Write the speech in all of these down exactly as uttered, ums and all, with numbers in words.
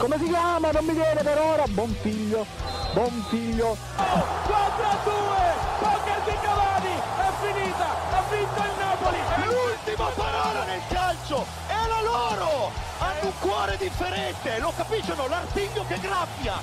come si chiama? Non mi viene per ora. Buon figlio, buon figlio. quattro a due, poker di Cavani, è finita, ha vinto il Napoli. L'ultima parola nel calcio è la loro. Hanno un cuore differente, lo capiscono, l'artiglio che graffia.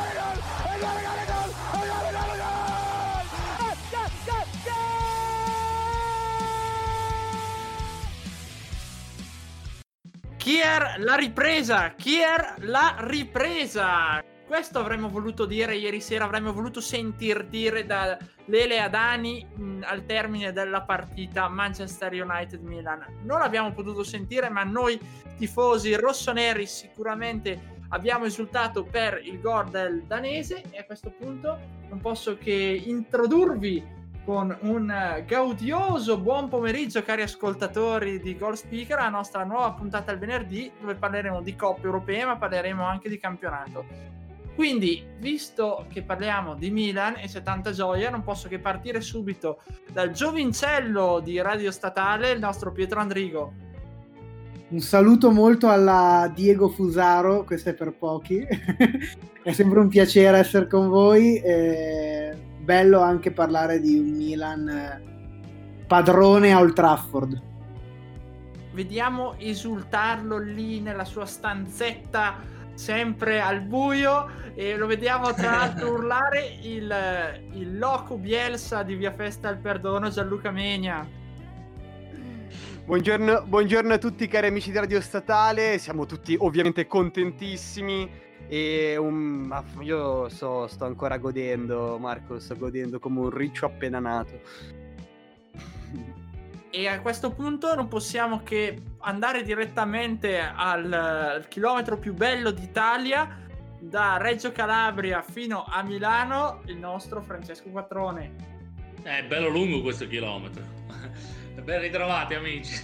Kier la ripresa, Kier la ripresa. Questo avremmo voluto dire ieri sera, avremmo voluto sentir dire da Lele Adani mh, al termine della partita Manchester United-Milan. Non l'abbiamo potuto sentire, ma noi tifosi rossoneri sicuramente abbiamo esultato per il gol del danese, e a questo punto non posso che introdurvi con un gaudioso buon pomeriggio, cari ascoltatori di Goal Speaker, la nostra nuova puntata il venerdì, dove parleremo di coppe europee, ma parleremo anche di campionato. Quindi, visto che parliamo di Milan e c'è tanta gioia, non posso che partire subito dal giovincello di Radio Statale, il nostro Pietro Andrigo. Un saluto molto alla Diego Fusaro, questo è per pochi. È sempre un piacere essere con voi. È bello anche parlare di un Milan padrone a Old Trafford. Vediamo esultarlo lì nella sua stanzetta, sempre al buio, e lo vediamo tra l'altro urlare il, il loco Bielsa di Via Festa al Perdono, Gianluca Megna. Buongiorno, buongiorno a tutti cari amici di Radio Statale, siamo tutti ovviamente contentissimi e um, io so, sto ancora godendo, Marco, sto godendo come un riccio appena nato. E a questo punto non possiamo che andare direttamente al, al chilometro più bello d'Italia, da Reggio Calabria fino a Milano, il nostro Francesco Quattrone. È bello lungo questo chilometro. Ben ritrovati amici.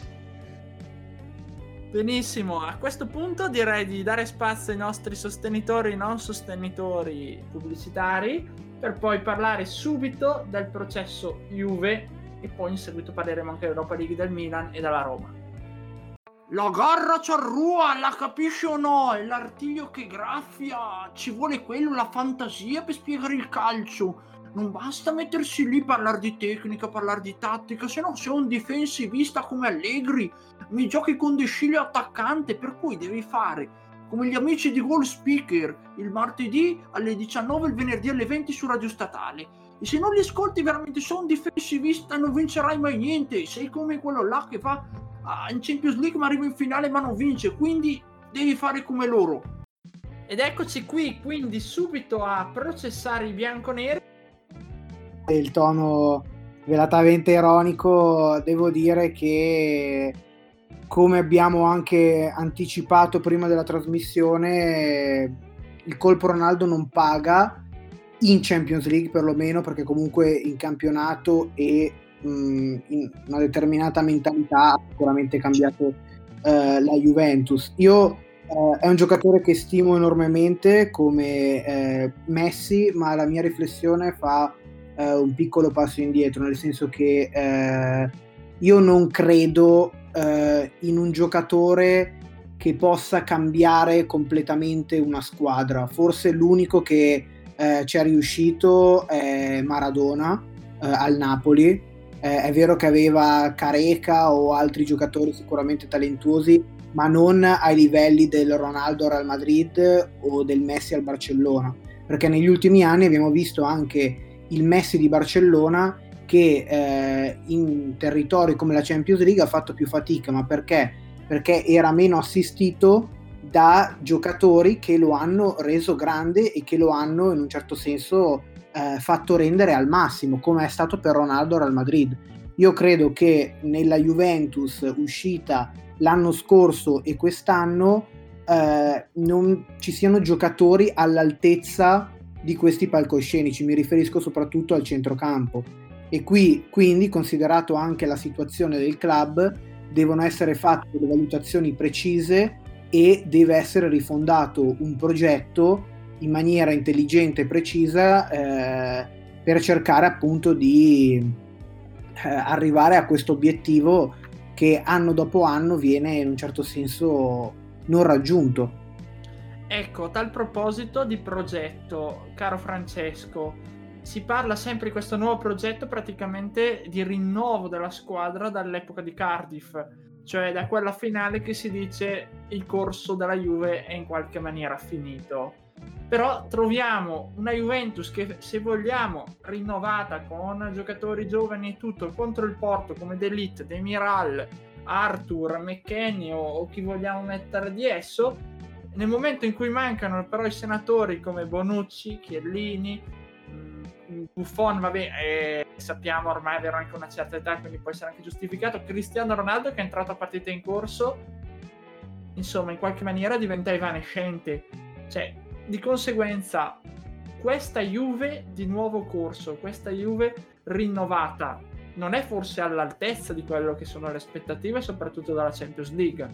Benissimo, a questo punto direi di dare spazio ai nostri sostenitori e non sostenitori pubblicitari, per poi parlare subito del processo Juve, e poi in seguito parleremo anche dell'Europa League, del Milan e della Roma. La garra Ciarrua, la capisci o no? È l'artiglio che graffia, ci vuole quello, la fantasia per spiegare il calcio. Non basta mettersi lì, parlare di tecnica, parlare di tattica, se no sei un difensivista come Allegri, mi giochi con De Sciglio attaccante, per cui devi fare come gli amici di Goal Speaker, il martedì alle diciannove, il venerdì alle venti su Radio Statale. E se non li ascolti veramente sei un difensivista, non vincerai mai niente, sei come quello là che va in Champions League ma arriva in finale ma non vince, quindi devi fare come loro. Ed eccoci qui, quindi subito a processare i bianconeri. Il tono velatamente ironico, devo dire che, come abbiamo anche anticipato prima della trasmissione, il colpo Ronaldo non paga in Champions League, perlomeno, perché comunque in campionato e mh, in una determinata mentalità ha sicuramente cambiato eh, la Juventus. Io eh, è un giocatore che stimo enormemente come eh, Messi, ma la mia riflessione fa eh, un piccolo passo indietro, nel senso che eh, io non credo eh, in un giocatore che possa cambiare completamente una squadra. Forse l'unico che Eh, ci è riuscito è Maradona eh, al Napoli. Eh, è vero che aveva Careca o altri giocatori sicuramente talentuosi, ma non ai livelli del Ronaldo al Real Madrid o del Messi al Barcellona, perché negli ultimi anni abbiamo visto anche il Messi di Barcellona che eh, in territori come la Champions League ha fatto più fatica. Ma perché? Perché era meno assistito da giocatori che lo hanno reso grande e che lo hanno in un certo senso eh, fatto rendere al massimo, come è stato per Ronaldo al Real Madrid. Io credo che nella Juventus uscita l'anno scorso e quest'anno eh, non ci siano giocatori all'altezza di questi palcoscenici, mi riferisco soprattutto al centrocampo, e qui quindi, considerato anche la situazione del club, devono essere fatte delle valutazioni precise e deve essere rifondato un progetto in maniera intelligente e precisa eh, per cercare appunto di eh, arrivare a questo obiettivo che anno dopo anno viene in un certo senso non raggiunto. Ecco, a tal proposito di progetto, caro Francesco, si parla sempre di questo nuovo progetto praticamente di rinnovo della squadra dall'epoca di Cardiff, cioè da quella finale che si dice il corso della Juve è in qualche maniera finito. Però troviamo una Juventus che, se vogliamo, rinnovata con giocatori giovani e tutto, contro il Porto come De Ligt, Demiral, Arthur, McKennie o, o chi vogliamo mettere di esso. Nel momento in cui mancano però i senatori come Bonucci, Chiellini, Buffon, vabbè, eh, sappiamo ormai avere anche una certa età, quindi può essere anche giustificato, Cristiano Ronaldo che è entrato a partita in corso, insomma in qualche maniera diventa evanescente, cioè di conseguenza questa Juve di nuovo corso, questa Juve rinnovata non è forse all'altezza di quello che sono le aspettative, soprattutto dalla Champions League?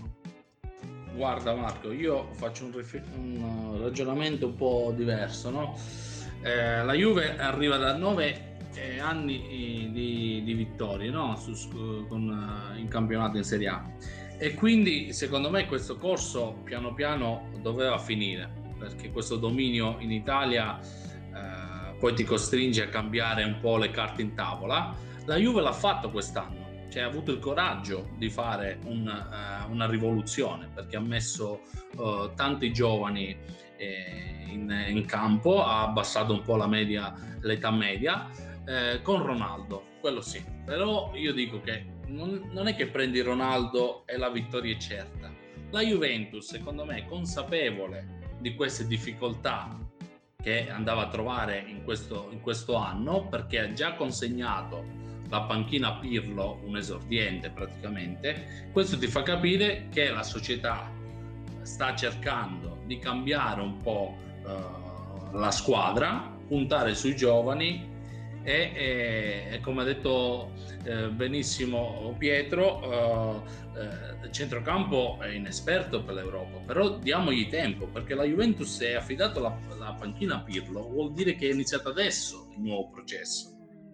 Guarda Marco, io faccio un, rif- un ragionamento un po' diverso, no? Eh, la Juve arriva da nove eh, anni di, di vittorie, no? Su, con, in campionato in Serie A, e quindi secondo me questo corso piano piano doveva finire, perché questo dominio in Italia eh, poi ti costringe a cambiare un po' le carte in tavola. La Juve l'ha fatto quest'anno, cioè ha avuto il coraggio di fare un, uh, una rivoluzione, perché ha messo uh, tanti giovani eh, in, in campo, ha abbassato un po' la media, l'età media eh, con Ronaldo, quello sì. Però io dico che non, non è che prendi Ronaldo e la vittoria è certa. La Juventus, secondo me, consapevole di queste difficoltà che andava a trovare in questo, in questo anno, perché ha già consegnato la panchina a Pirlo, un esordiente praticamente, questo ti fa capire che la società sta cercando di cambiare un po' uh, la squadra, puntare sui giovani e, e, e come ha detto eh, benissimo Pietro, uh, eh, il centrocampo è inesperto per l'Europa, però diamogli tempo, perché la Juventus è affidato la, la panchina a Pirlo, vuol dire che è iniziato adesso il nuovo processo.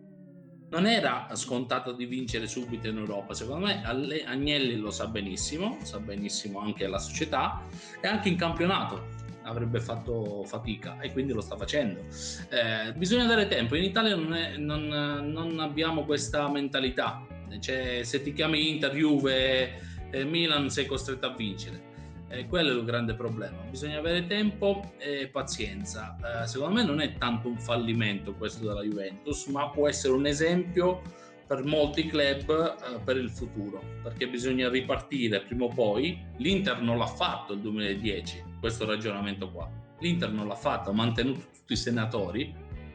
Non era scontato di vincere subito in Europa, secondo me Agnelli lo sa benissimo, sa benissimo anche la società, e anche in campionato avrebbe fatto fatica e quindi lo sta facendo. Eh, bisogna dare tempo, in Italia non, è, non, non abbiamo questa mentalità, cioè, se ti chiami Inter, Juve, eh, Milan sei costretto a vincere. Eh, quello è il grande problema, bisogna avere tempo e pazienza. Eh, secondo me non è tanto un fallimento questo della Juventus, ma può essere un esempio per molti club eh, per il futuro, perché bisogna ripartire prima o poi. L'Inter non l'ha fatto il duemiladieci, questo ragionamento qua, l'Inter non l'ha fatto, ha mantenuto tutti i senatori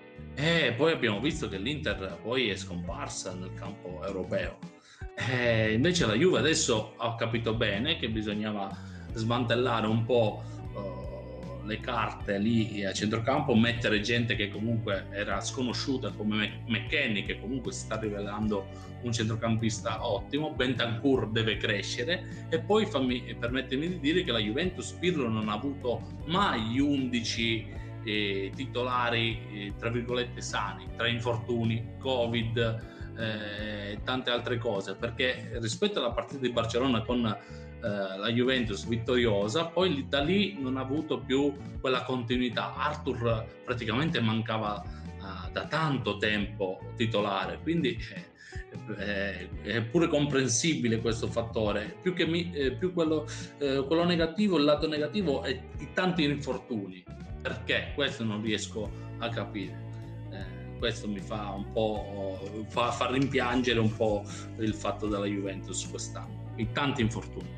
e poi abbiamo visto che l'Inter poi è scomparsa nel campo europeo. Eh, invece la Juve adesso ha capito bene che bisognava smantellare un po' uh, le carte lì a centrocampo, mettere gente che comunque era sconosciuta come McKennie, che comunque si sta rivelando un centrocampista ottimo. Bentancur deve crescere, e poi fammi, permettetemi di dire che la Juventus Pirlo non ha avuto mai gli undici eh, titolari eh, tra virgolette sani, tra infortuni, Covid e eh, tante altre cose, perché rispetto alla partita di Barcellona con la Juventus vittoriosa, poi da lì non ha avuto più quella continuità. Arthur praticamente mancava uh, da tanto tempo titolare, quindi eh, è pure comprensibile questo fattore. Più che mi, eh, più quello, eh, quello negativo, il lato negativo è i tanti infortuni, perché questo non riesco a capire. Eh, questo mi fa un po' fa, fa rimpiangere un po' il fatto della Juventus quest'anno, i tanti infortuni.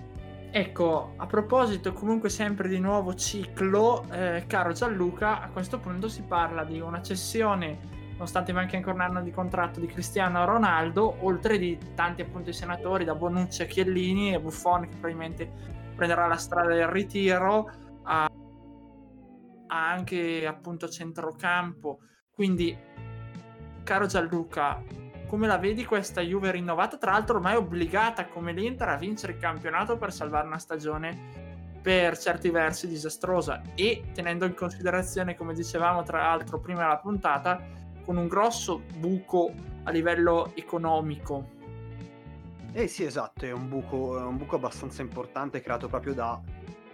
Ecco, a proposito comunque sempre di nuovo ciclo, eh, caro Gianluca, a questo punto si parla di una cessione, nonostante manchi ancora un anno di contratto, di Cristiano Ronaldo, oltre di tanti appunto i senatori, da Bonucci a Chiellini e Buffon, che probabilmente prenderà la strada del ritiro, a, a anche appunto centrocampo. Quindi, caro Gianluca, come la vedi questa Juve rinnovata, tra l'altro ormai obbligata come l'Inter a vincere il campionato per salvare una stagione per certi versi disastrosa, e tenendo in considerazione, come dicevamo tra l'altro prima della puntata, con un grosso buco a livello economico? Eh sì, esatto, è un buco, è un buco abbastanza importante creato proprio da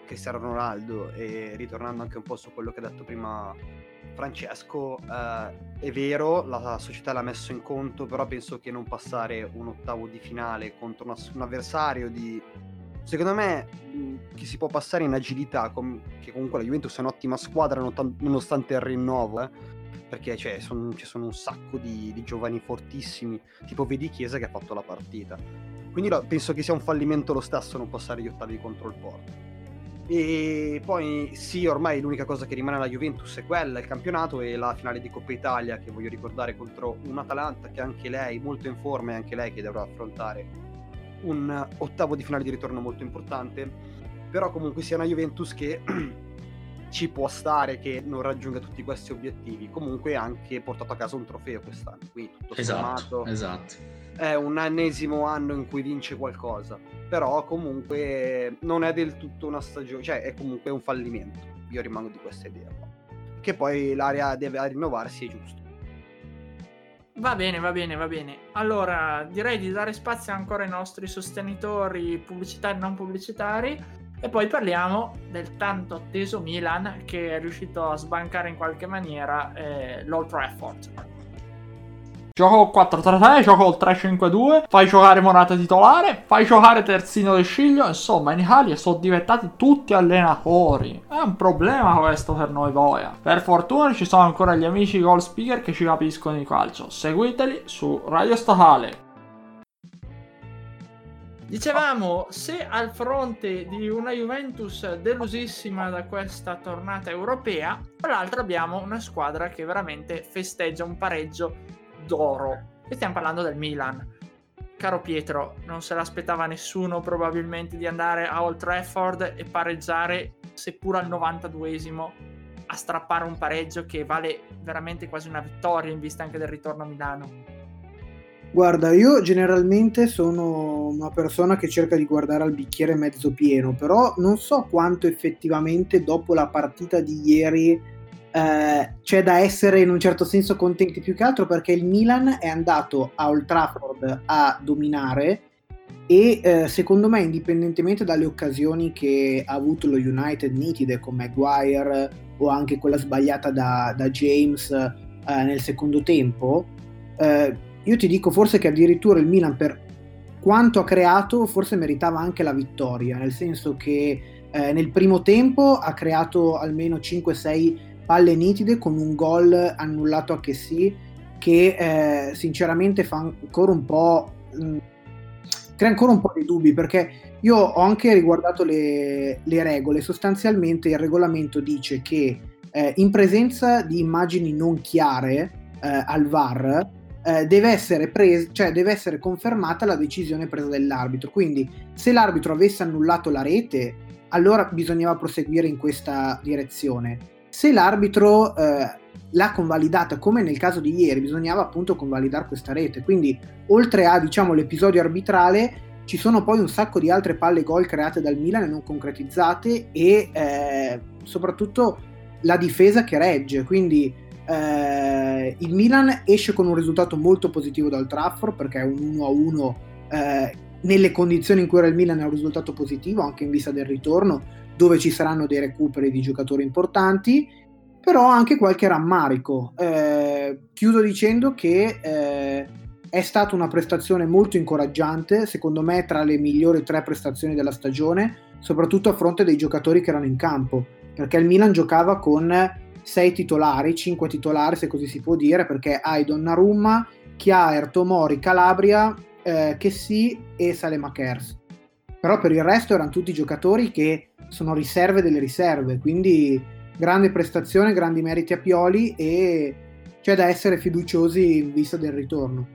Cristiano Ronaldo, e ritornando anche un po' su quello che ha detto prima Francesco, eh, è vero, la società l'ha messo in conto, però penso che non passare un ottavo di finale contro una, un avversario di, secondo me, mh, che si può passare in agilità, com- che comunque la Juventus è un'ottima squadra non- nonostante il rinnovo, eh, perché cioè, son, ci sono un sacco di, di giovani fortissimi, tipo vedi Chiesa che ha fatto la partita, quindi lo, penso che sia un fallimento lo stesso non passare gli ottavi contro il Porto. E poi sì, ormai l'unica cosa che rimane alla Juventus è quella, il campionato e la finale di Coppa Italia, che voglio ricordare contro un'Atalanta che anche lei molto in forma, e anche lei che dovrà affrontare un ottavo di finale di ritorno molto importante. Però comunque sia una Juventus che ci può stare che non raggiunga tutti questi obiettivi, comunque ha anche portato a casa un trofeo quest'anno, quindi tutto esatto, sommato esatto. È un ennesimo anno in cui vince qualcosa, però comunque non è del tutto una stagione, cioè è comunque un fallimento. Io rimango di questa idea, che poi l'area deve rinnovarsi, è giusto. Va bene, va bene, va bene. Allora, direi di dare spazio ancora ai nostri sostenitori pubblicitari e non pubblicitari, e poi parliamo del tanto atteso Milan, che è riuscito a sbancare in qualche maniera eh, l'Old Trafford. Gioco il quattro tre tre, gioco il tre cinque due, fai giocare Morata titolare, fai giocare terzino del Sciglio, insomma in Italia sono diventati tutti allenatori. È un problema questo per noi boia. Per fortuna ci sono ancora gli amici goal speaker che ci capiscono di calcio. Seguiteli su Radio Statale. Dicevamo, se al fronte di una Juventus delusissima da questa tornata europea, dall'altro abbiamo una squadra che veramente festeggia un pareggio d'oro, e stiamo parlando del Milan. Caro Pietro, non se l'aspettava nessuno probabilmente di andare a Old Trafford e pareggiare, seppur al novantaduesimo, a strappare un pareggio che vale veramente quasi una vittoria in vista anche del ritorno a Milano. Guarda, io generalmente sono una persona che cerca di guardare al bicchiere mezzo pieno, però non so quanto effettivamente dopo la partita di ieri Uh, c'è da essere in un certo senso contenti, più che altro perché il Milan è andato a Old Trafford a dominare e uh, secondo me, indipendentemente dalle occasioni che ha avuto lo United nitide con Maguire o anche quella sbagliata da, da James uh, nel secondo tempo, uh, io ti dico forse che addirittura il Milan, per quanto ha creato, forse meritava anche la vittoria, nel senso che uh, nel primo tempo ha creato almeno cinque sei palle nitide con un gol annullato a Kessie che eh, sinceramente fa ancora un po' mh, crea ancora un po' di dubbi, perché io ho anche riguardato le, le regole. Sostanzialmente il regolamento dice che eh, in presenza di immagini non chiare eh, al V A R eh, deve essere pres- cioè deve essere confermata la decisione presa dall'arbitro, quindi se l'arbitro avesse annullato la rete allora bisognava proseguire in questa direzione. Se l'arbitro eh, l'ha convalidata, come nel caso di ieri, bisognava appunto convalidare questa rete. Quindi, oltre a, diciamo, l'episodio arbitrale, ci sono poi un sacco di altre palle gol create dal Milan e non concretizzate, e eh, soprattutto la difesa che regge. Quindi eh, il Milan esce con un risultato molto positivo dal Trafford, perché è un uno a uno eh, nelle condizioni in cui era il Milan, è un risultato positivo anche in vista del ritorno, dove ci saranno dei recuperi di giocatori importanti, però anche qualche rammarico. Eh, chiudo dicendo che eh, è stata una prestazione molto incoraggiante, secondo me tra le migliori tre prestazioni della stagione, soprattutto a fronte dei giocatori che erano in campo, perché il Milan giocava con sei titolari, cinque titolari se così si può dire, perché hai Donnarumma, Kjaer, Tomori, Calabria, eh, Kessie e Saelemaekers. Però per il resto erano tutti giocatori che sono riserve delle riserve, quindi grande prestazione, grandi meriti a Pioli, e c'è da essere fiduciosi in vista del ritorno.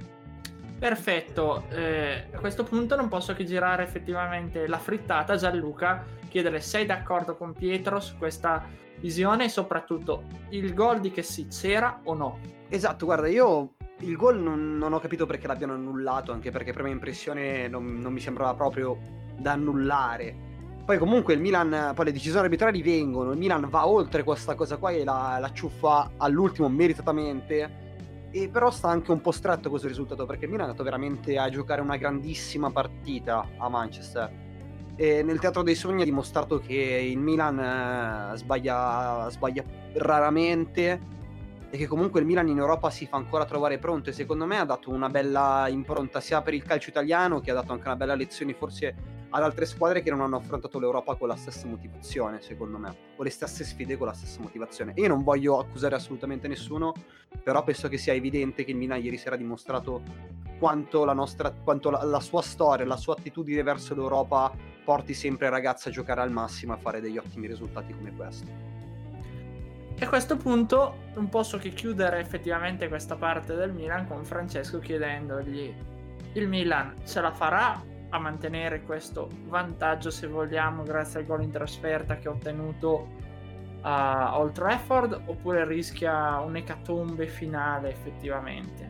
Perfetto, eh, a questo punto non posso che girare effettivamente la frittata a Gianluca, chiedere: sei d'accordo con Pietro su questa visione, e soprattutto il gol di Kessie c'era o no? Esatto, guarda, io il gol non, non ho capito perché l'abbiano annullato, anche perché prima impressione non, non mi sembrava proprio da annullare. Poi comunque il Milan, poi le decisioni arbitrali vengono, il Milan va oltre questa cosa qua e la, la ciuffa all'ultimo meritatamente, e però sta anche un po' stretto questo risultato, perché il Milan è andato veramente a giocare una grandissima partita a Manchester E nel Teatro dei Sogni ha dimostrato che il Milan eh, sbaglia, sbaglia raramente e che comunque il Milan in Europa si fa ancora trovare pronto, e secondo me ha dato una bella impronta sia per il calcio italiano, che ha dato anche una bella lezione forse ad altre squadre che non hanno affrontato l'Europa con la stessa motivazione, secondo me, o le stesse sfide con la stessa motivazione. Io non voglio accusare assolutamente nessuno, però penso che sia evidente che il Milan ieri sera ha dimostrato quanto la nostra, quanto la, la sua storia, la sua attitudine verso l'Europa porti sempre i ragazzi a giocare al massimo e a fare degli ottimi risultati come questo. E a questo punto non posso che chiudere effettivamente questa parte del Milan con Francesco chiedendogli: il Milan ce la farà a mantenere questo vantaggio, se vogliamo, grazie al gol in trasferta che ha ottenuto a Old Trafford, oppure rischia un'ecatombe finale effettivamente?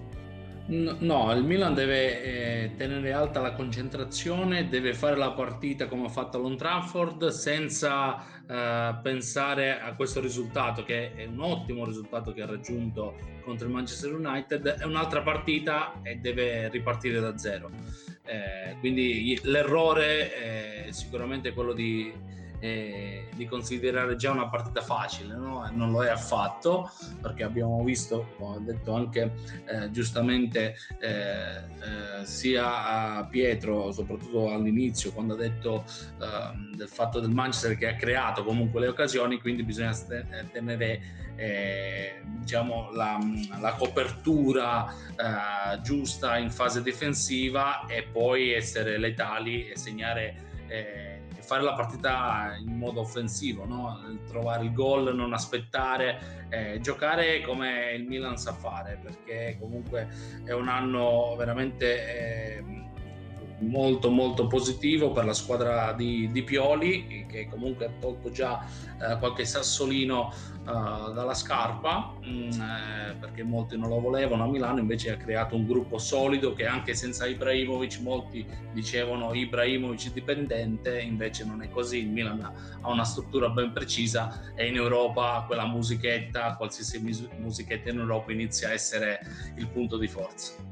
No, il Milan deve eh, tenere alta la concentrazione, deve fare la partita come ha fatto all'Old Trafford, senza eh, pensare a questo risultato, che è un ottimo risultato che ha raggiunto contro il Manchester United. È un'altra partita e deve ripartire da zero. Eh, quindi l'errore è sicuramente quello di Eh, di considerare già una partita facile, no? Non lo è affatto, perché abbiamo visto, come ha detto anche eh, giustamente eh, eh, sia a Pietro, soprattutto all'inizio, quando ha detto eh, del fatto del Manchester che ha creato comunque le occasioni, quindi bisogna tenere eh, diciamo la, la copertura eh, giusta in fase difensiva e poi essere letali e segnare eh, fare la partita in modo offensivo, no? Trovare il gol, non aspettare, eh, giocare come il Milan sa fare, perché comunque è un anno veramente eh, molto molto positivo per la squadra di, di Pioli, che comunque ha tolto già eh, qualche sassolino eh, dalla scarpa, mh, eh, perché molti non lo volevano a Milano. Invece ha creato un gruppo solido che anche senza Ibrahimovic, molti dicevano Ibrahimovic dipendente, invece non è così. Il Milan ha una struttura ben precisa e in Europa quella musichetta, qualsiasi musichetta in Europa inizia a essere il punto di forza.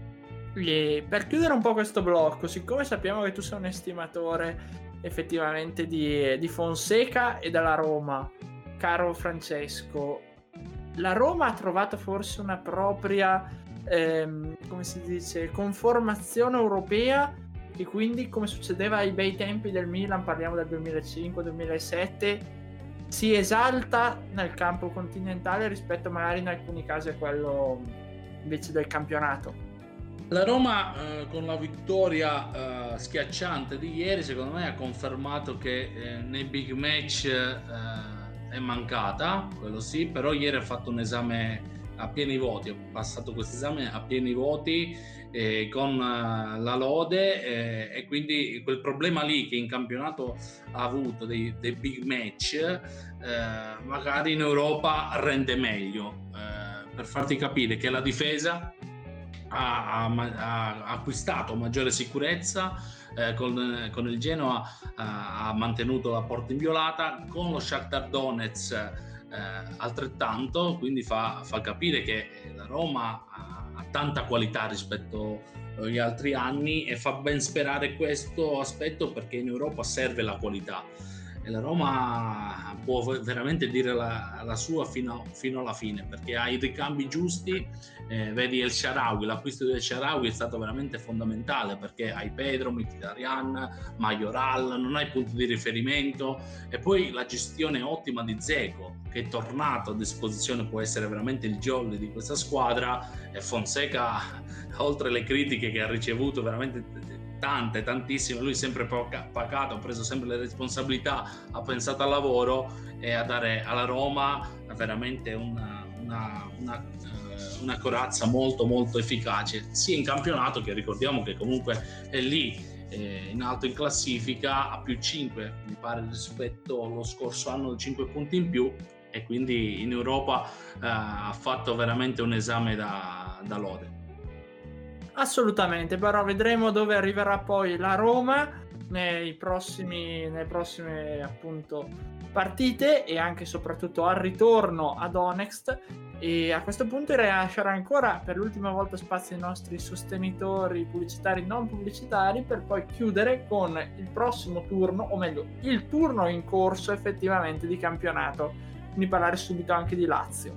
E per chiudere un po' questo blocco, siccome sappiamo che tu sei un estimatore effettivamente di, di Fonseca e della Roma, caro Francesco, la Roma ha trovato forse una propria ehm, come si dice, conformazione europea, che quindi, come succedeva ai bei tempi del Milan, parliamo del duemilacinque duemilasette, si esalta nel campo continentale rispetto magari in alcuni casi a quello invece del campionato. La Roma eh, con la vittoria eh, schiacciante di ieri, secondo me ha confermato che eh, nei big match eh, è mancata, quello sì, però ieri ha fatto un esame a pieni voti, ha passato questo esame a pieni voti eh, con eh, la lode eh, e quindi quel problema lì che in campionato ha avuto dei, dei big match eh, magari in Europa rende meglio, eh, per farti capire che la difesa Ha, ha, ha acquistato maggiore sicurezza, eh, con, con il Genoa ha, ha mantenuto la porta inviolata, con lo Shakhtar Donetsk eh, altrettanto, quindi fa, fa capire che la Roma ha, ha tanta qualità rispetto agli altri anni e fa ben sperare questo aspetto, perché in Europa serve la qualità e la Roma può veramente dire la, la sua fino, fino alla fine, perché ha i ricambi giusti. Eh, vedi El Shaarawy, l'acquisto del Shaarawy è stato veramente fondamentale, perché hai Pedro, Mkhitaryan, Majoral, non hai punti di riferimento, e poi la gestione ottima di Dzeko, che è tornato a disposizione, può essere veramente il jolly di questa squadra. E Fonseca, oltre le critiche che ha ricevuto veramente tante, tantissime, lui sempre pacato, ha preso sempre le responsabilità, ha pensato al lavoro e a dare alla Roma veramente una, una, una, una corazza molto molto efficace, sia in campionato, che ricordiamo che comunque è lì eh, in alto in classifica, a più cinque mi pare rispetto allo scorso anno, cinque punti in più, e quindi in Europa eh, ha fatto veramente un esame da, da lode. Assolutamente, però vedremo dove arriverà poi la Roma nei prossimi, nelle prossime appunto partite, e anche e soprattutto al ritorno a Donetsk, E a questo punto direi lasciare ancora per l'ultima volta spazio ai nostri sostenitori pubblicitari e non pubblicitari, per poi chiudere con il prossimo turno, o meglio il turno in corso effettivamente di campionato, quindi parlare subito anche di Lazio.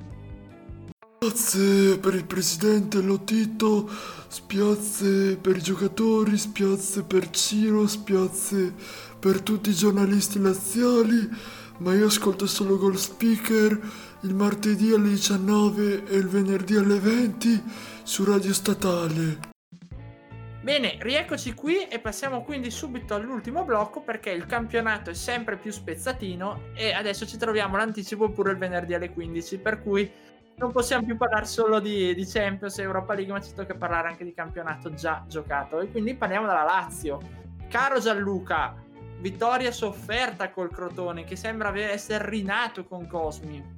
Spiazze per il presidente Lotito, spiazze per i giocatori, spiazze per Ciro, spiazze per tutti i giornalisti laziali, ma io ascolto solo Goal Speaker il martedì alle diciannove e il venerdì alle venti su Radio Statale. Bene, rieccoci qui e passiamo quindi subito all'ultimo blocco, perché il campionato è sempre più spezzatino e adesso ci troviamo l'anticipo pure il venerdì alle quindici, per cui non possiamo più parlare solo di, di Champions e Europa League, ma ci tocca parlare anche di campionato già giocato, e quindi parliamo della Lazio. Caro Gianluca, vittoria sofferta col Crotone, che sembra essere rinato con Cosmi.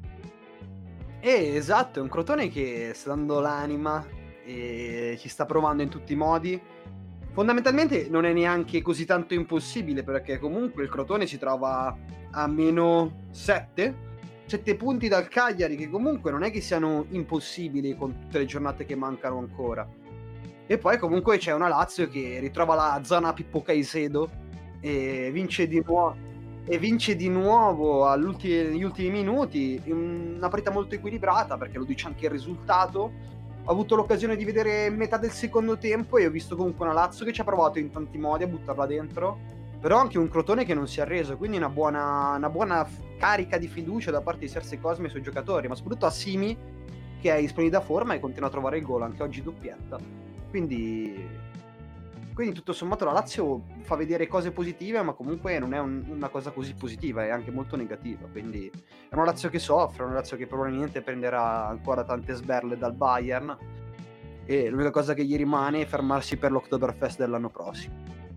Eh, esatto, è un Crotone che sta dando l'anima e ci sta provando in tutti i modi. Fondamentalmente non è neanche così tanto impossibile, perché comunque il Crotone si trova a meno sette punti dal Cagliari, che comunque non è che siano impossibili con tutte le giornate che mancano ancora. E poi comunque c'è una Lazio che ritrova la zona Pippo Caicedo e vince di nuovo e vince di nuovo agli ultimi minuti, una partita molto equilibrata, perché lo dice anche il risultato. Ho avuto l'occasione di vedere metà del secondo tempo e ho visto comunque una Lazio che ci ha provato in tanti modi a buttarla dentro, però anche un Crotone che non si è arreso, quindi una buona, una buona carica di fiducia da parte di Serse Cosmi e i suoi giocatori, ma soprattutto a Simi, che è in splendida forma e continua a trovare il gol, anche oggi doppietta. Quindi quindi tutto sommato la Lazio fa vedere cose positive, ma comunque non è un, una cosa così positiva, è anche molto negativa. Quindi è una Lazio che soffre, è una Lazio che probabilmente prenderà ancora tante sberle dal Bayern, e l'unica cosa che gli rimane è fermarsi per l'Oktoberfest dell'anno prossimo.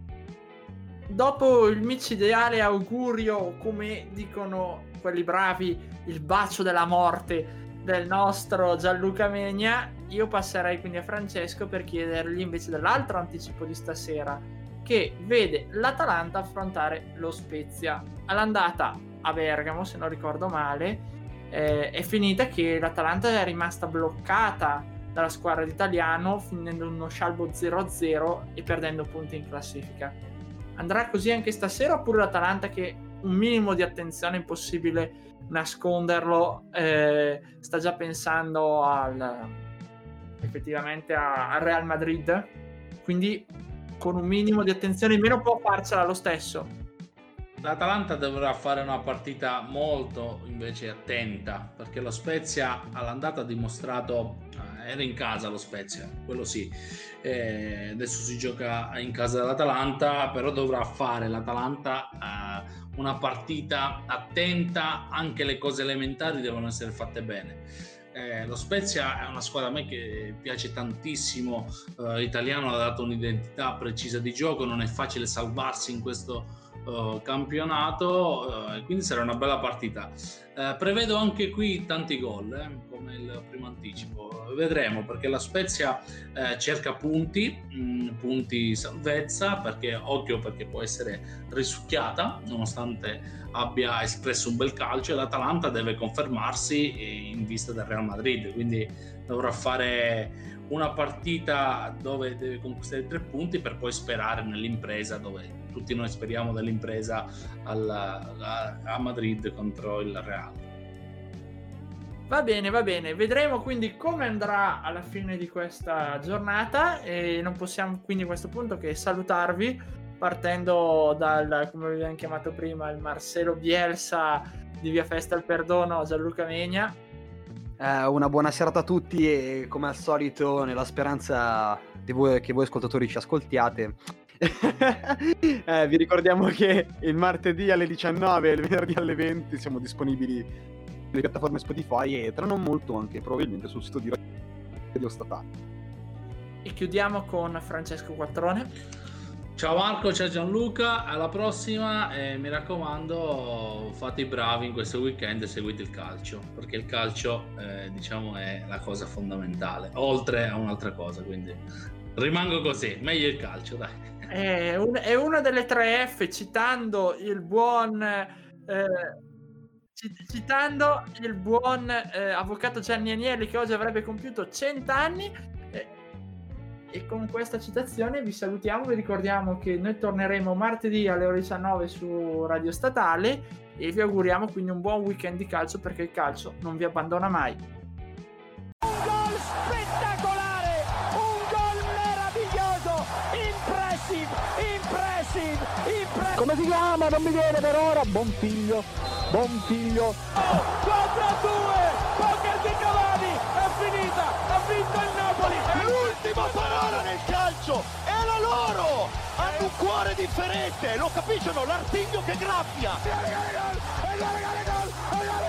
Dopo il micidiale augurio, come dicono quelli bravi, il bacio della morte del nostro Gianluca Megna, io passerei quindi a Francesco per chiedergli invece dell'altro anticipo di stasera, che vede l'Atalanta affrontare lo Spezia. All'andata a Bergamo, se non ricordo male, eh, è finita che l'Atalanta è rimasta bloccata dalla squadra d'Italiano, finendo uno scialbo zero a zero e perdendo punti in classifica. Andrà così anche stasera, oppure l'Atalanta, che un minimo di attenzione è impossibile nasconderlo, eh, sta già pensando al effettivamente a, al Real Madrid, quindi con un minimo di attenzione in meno può farcela lo stesso? L'Atalanta dovrà fare una partita molto invece attenta, perché lo Spezia all'andata ha dimostrato, eh, era in casa lo Spezia, quello sì, eh, adesso si gioca in casa dell'Atalanta, però dovrà fare l'Atalanta eh, una partita attenta, anche le cose elementari devono essere fatte bene. Eh, lo Spezia è una squadra a me che piace tantissimo, eh, italiano, ha dato un'identità precisa di gioco, non è facile salvarsi in questo uh, campionato, uh, quindi sarà una bella partita. Uh, prevedo anche qui tanti gol, eh, come il primo anticipo, vedremo, perché la Spezia uh, cerca punti, mh, punti salvezza, perché occhio, perché può essere risucchiata nonostante abbia espresso un bel calcio, e l'Atalanta deve confermarsi in vista del Real Madrid, quindi dovrà fare una partita dove deve conquistare tre punti per poi sperare nell'impresa, dove tutti noi speriamo dell'impresa alla, a, a Madrid contro il Real. Va bene, va bene, vedremo quindi come andrà alla fine di questa giornata, e non possiamo quindi a questo punto che salutarvi, partendo dal, come abbiamo chiamato prima, il Marcelo Bielsa di Via Festa al Perdono, Gianluca Megna. Eh, una buona serata a tutti, e come al solito, nella speranza di voi, che voi ascoltatori ci ascoltiate, eh, vi ricordiamo che il martedì alle diciannove e il venerdì alle venti siamo disponibili nelle piattaforme Spotify, e tra non molto anche probabilmente sul sito di Radio Statale. E chiudiamo con Francesco Quattrone. Ciao Marco, ciao Gianluca, alla prossima, e mi raccomando, fate i bravi in questo weekend e seguite il calcio, perché il calcio eh, diciamo è la cosa fondamentale, oltre a un'altra cosa, quindi rimango così, meglio il calcio, dai. È, un, è una delle tre F, citando il buon eh, citando il buon eh, avvocato Gianni Agnelli, che oggi avrebbe compiuto cento anni. Eh, e con questa citazione vi salutiamo, vi ricordiamo che noi torneremo martedì alle ore diciannove su Radio Statale e vi auguriamo quindi un buon weekend di calcio, perché il calcio non vi abbandona mai. Un gol spettacolare, un gol meraviglioso, impressive, impressive, impressive. Come si chiama? Non mi viene per ora. Buon figlio, buon figlio. quattro a due, poker di Cavani, è finita, ha vinto il Napoli. L'ultima parola nel calcio è la loro! Hanno un cuore differente, lo capiscono? L'artiglio che graffia! E gol, e gol, e gol, e gol,